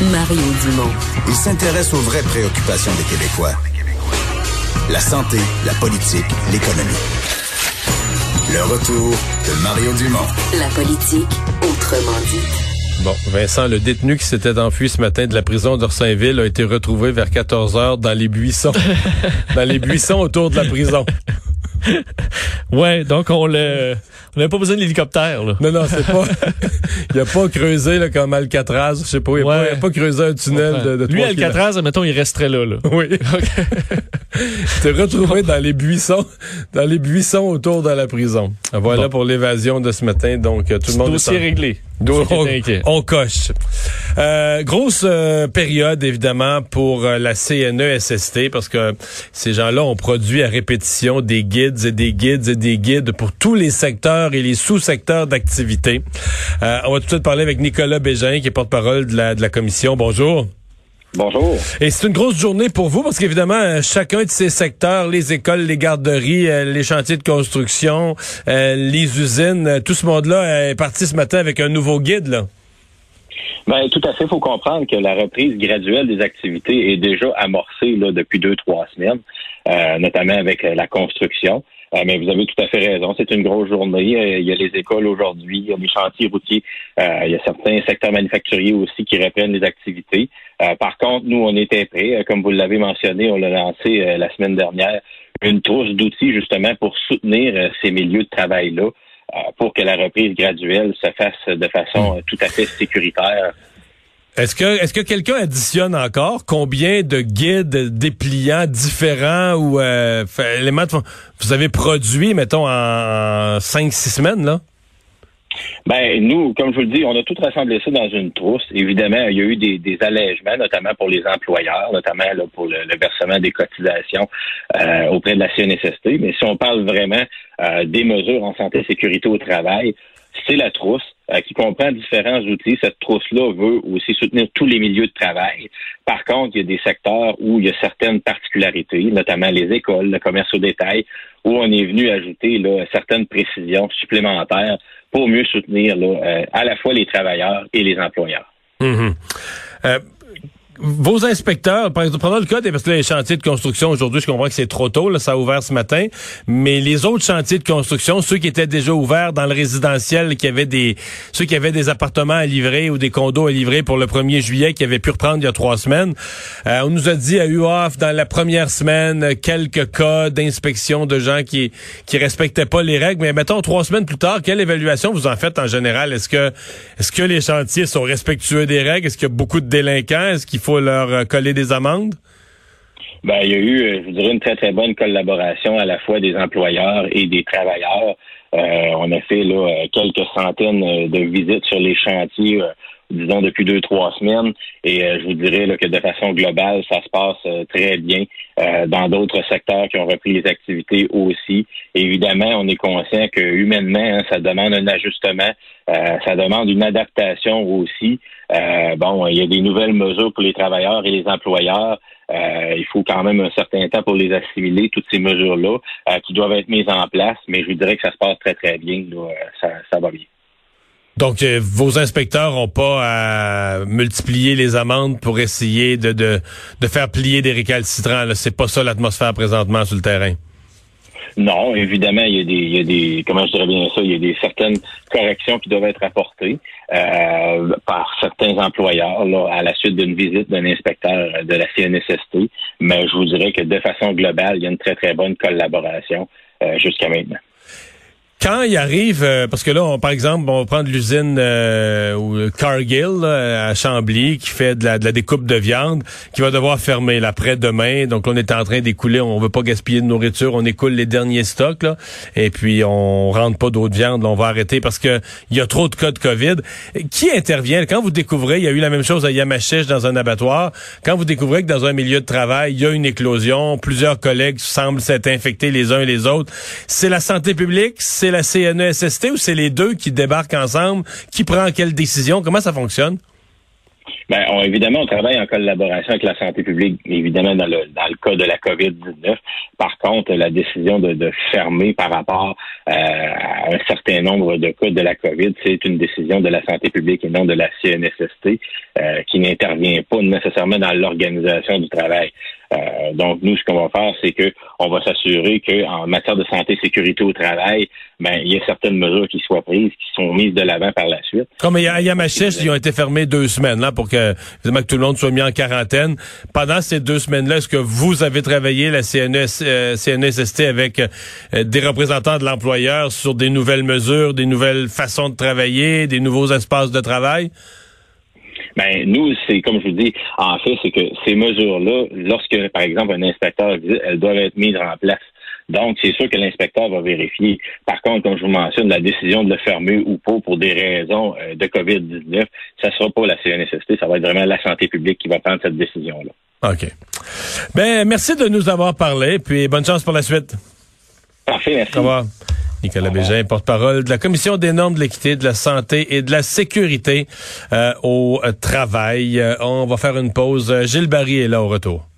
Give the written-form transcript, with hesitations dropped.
Mario Dumont. Il s'intéresse aux vraies préoccupations des Québécois. La santé, la politique, l'économie. Le retour de Mario Dumont. La politique, autrement dit. Bon, Vincent, le détenu qui s'était enfui ce matin de la prison d'Orsainville a été retrouvé vers 14 heures dans les buissons. Dans les buissons autour de la prison. Ouais, donc on n'avait pas besoin de l'hélicoptère, là. Non, c'est pas... Il a pas creusé, là, comme Alcatraz, je sais pas, il a pas creusé un tunnel de 3 Lui, Alcatraz, mettons, il resterait là. Oui. T'es retrouvé dans les buissons autour de la prison. Voilà pour l'évasion de ce matin, donc tout le monde dossier réglé. On coche. Grosse période, évidemment, pour la CNESST, parce que ces gens-là ont produit à répétition des guides et des guides et des guides pour tous les secteurs et les sous-secteurs d'activité. On va tout de suite parler avec Nicolas Bégin, qui est porte-parole de la commission. Bonjour. Bonjour. Et c'est une grosse journée pour vous parce qu'évidemment, chacun de ces secteurs, les écoles, les garderies, les chantiers de construction, les usines, tout ce monde-là est parti ce matin avec un nouveau guide, là. Ben, tout à fait. Il faut comprendre que la reprise graduelle des activités est déjà amorcée là, depuis 2-3 semaines, notamment avec la construction. Mais vous avez tout à fait raison. C'est une grosse journée. Il y a les écoles aujourd'hui, il y a les chantiers routiers, il y a certains secteurs manufacturiers aussi qui reprennent les activités. Par contre, nous, on était prêts. Comme vous l'avez mentionné, on l'a lancé la semaine dernière, une trousse d'outils justement pour soutenir ces milieux de travail-là, pour que la reprise graduelle se fasse de façon tout à fait sécuritaire. Est-ce que quelqu'un additionne encore combien de guides dépliants différents ou éléments vous avez produit, mettons, en 5-6 semaines, là? Ben, nous, comme je vous le dis, on a tout rassemblé ça dans une trousse. Évidemment, il y a eu des allègements, notamment pour les employeurs, notamment là, pour le versement des cotisations auprès de la CNSST. Mais si on parle vraiment des mesures en santé et sécurité au travail, c'est la trousse qui comprend différents outils. Cette trousse-là veut aussi soutenir tous les milieux de travail. Par contre, il y a des secteurs où il y a certaines particularités, notamment les écoles, le commerce au détail, où on est venu ajouter là, certaines précisions supplémentaires pour mieux soutenir là, à la fois les travailleurs et les employeurs. Vos inspecteurs, par exemple, prenons le cas parce que les chantiers de construction aujourd'hui, je comprends que c'est trop tôt, là, ça a ouvert ce matin, mais les autres chantiers de construction, ceux qui étaient déjà ouverts dans le résidentiel, ceux qui avaient des appartements à livrer ou des condos à livrer pour le 1er juillet, qui avaient pu reprendre il y a 3 semaines, on nous a dit à UOF dans la première semaine quelques cas d'inspection de gens qui respectaient pas les règles, mais mettons 3 semaines plus tard, quelle évaluation vous en faites en général? Est-ce que les chantiers sont respectueux des règles? Est-ce qu'il y a beaucoup de délinquants? Est-ce qu'il faut leur coller des amendes? Ben, il y a eu, je vous dirais, une très, très bonne collaboration à la fois des employeurs et des travailleurs. On a fait là quelques centaines de visites sur les chantiers, disons, depuis 2-3 semaines. Et je vous dirais là, que de façon globale, ça se passe très bien dans d'autres secteurs qui ont repris les activités aussi. Évidemment, on est conscient que humainement, ça demande un ajustement, ça demande une adaptation aussi. Il y a des nouvelles mesures pour les travailleurs et les employeurs. Il faut quand même un certain temps pour les assimiler, toutes ces mesures-là, qui doivent être mises en place, mais je vous dirais que ça se passe très, très bien. Là, ça va bien. Donc, vos inspecteurs n'ont pas à multiplier les amendes pour essayer de faire plier des récalcitrants, là. C'est pas ça l'atmosphère présentement sur le terrain. Non, évidemment, il y a des comment je dirais bien ça, il y a des certaines corrections qui doivent être apportées par certains employeurs là, à la suite d'une visite d'un inspecteur de la CNSST. Mais je vous dirais que de façon globale, il y a une très, très bonne collaboration jusqu'à maintenant. Quand il arrive, parce que là, par exemple, on va prendre l'usine Cargill là, à Chambly qui fait de la découpe de viande, qui va devoir fermer l'après-demain. Donc, on est en train d'écouler, on veut pas gaspiller de nourriture, on écoule les derniers stocks, là, et puis on rentre pas d'autres viandes, là, on va arrêter parce que il y a trop de cas de COVID. Qui intervient? Quand vous découvrez, il y a eu la même chose à Yamachiche dans un abattoir, quand vous découvrez que dans un milieu de travail, il y a une éclosion, plusieurs collègues semblent s'être infectés les uns et les autres, c'est la santé publique, c'est la CNESST ou c'est les deux qui débarquent ensemble? Qui prend quelle décision? Comment ça fonctionne? Évidemment, on travaille en collaboration avec la santé publique, évidemment, dans le cas de la COVID-19. Par contre, la décision de fermer par rapport à un certain nombre de cas de la COVID, c'est une décision de la santé publique et non de la CNSST, qui n'intervient pas nécessairement dans l'organisation du travail. Donc, nous, ce qu'on va faire, c'est que on va s'assurer qu'en matière de santé et sécurité au travail, il y a certaines mesures qui soient prises, qui sont mises de l'avant par la suite. Comme à Yamachiche, ils ont été fermés 2 semaines là pour que, évidemment, que tout le monde soit mis en quarantaine. Pendant ces 2 semaines-là, est-ce que vous avez travaillé, la CNSST, avec des représentants de l'employeur sur des nouvelles mesures, des nouvelles façons de travailler, des nouveaux espaces de travail? Nous, c'est comme je vous dis, en fait, c'est que ces mesures-là, lorsque, par exemple, un inspecteur visite, elles doivent être mises en place. Donc, c'est sûr que l'inspecteur va vérifier. Par contre, comme je vous mentionne, la décision de le fermer ou pas pour des raisons de COVID-19, ça sera pas la CNSST, ça va être vraiment la santé publique qui va prendre cette décision-là. OK. Merci de nous avoir parlé, puis bonne chance pour la suite. Parfait, merci. Au revoir. Nicolas Bégin, porte-parole de la Commission des normes de l'équité, de la santé et de la sécurité au travail. On va faire une pause. Gilles Barry est là au retour.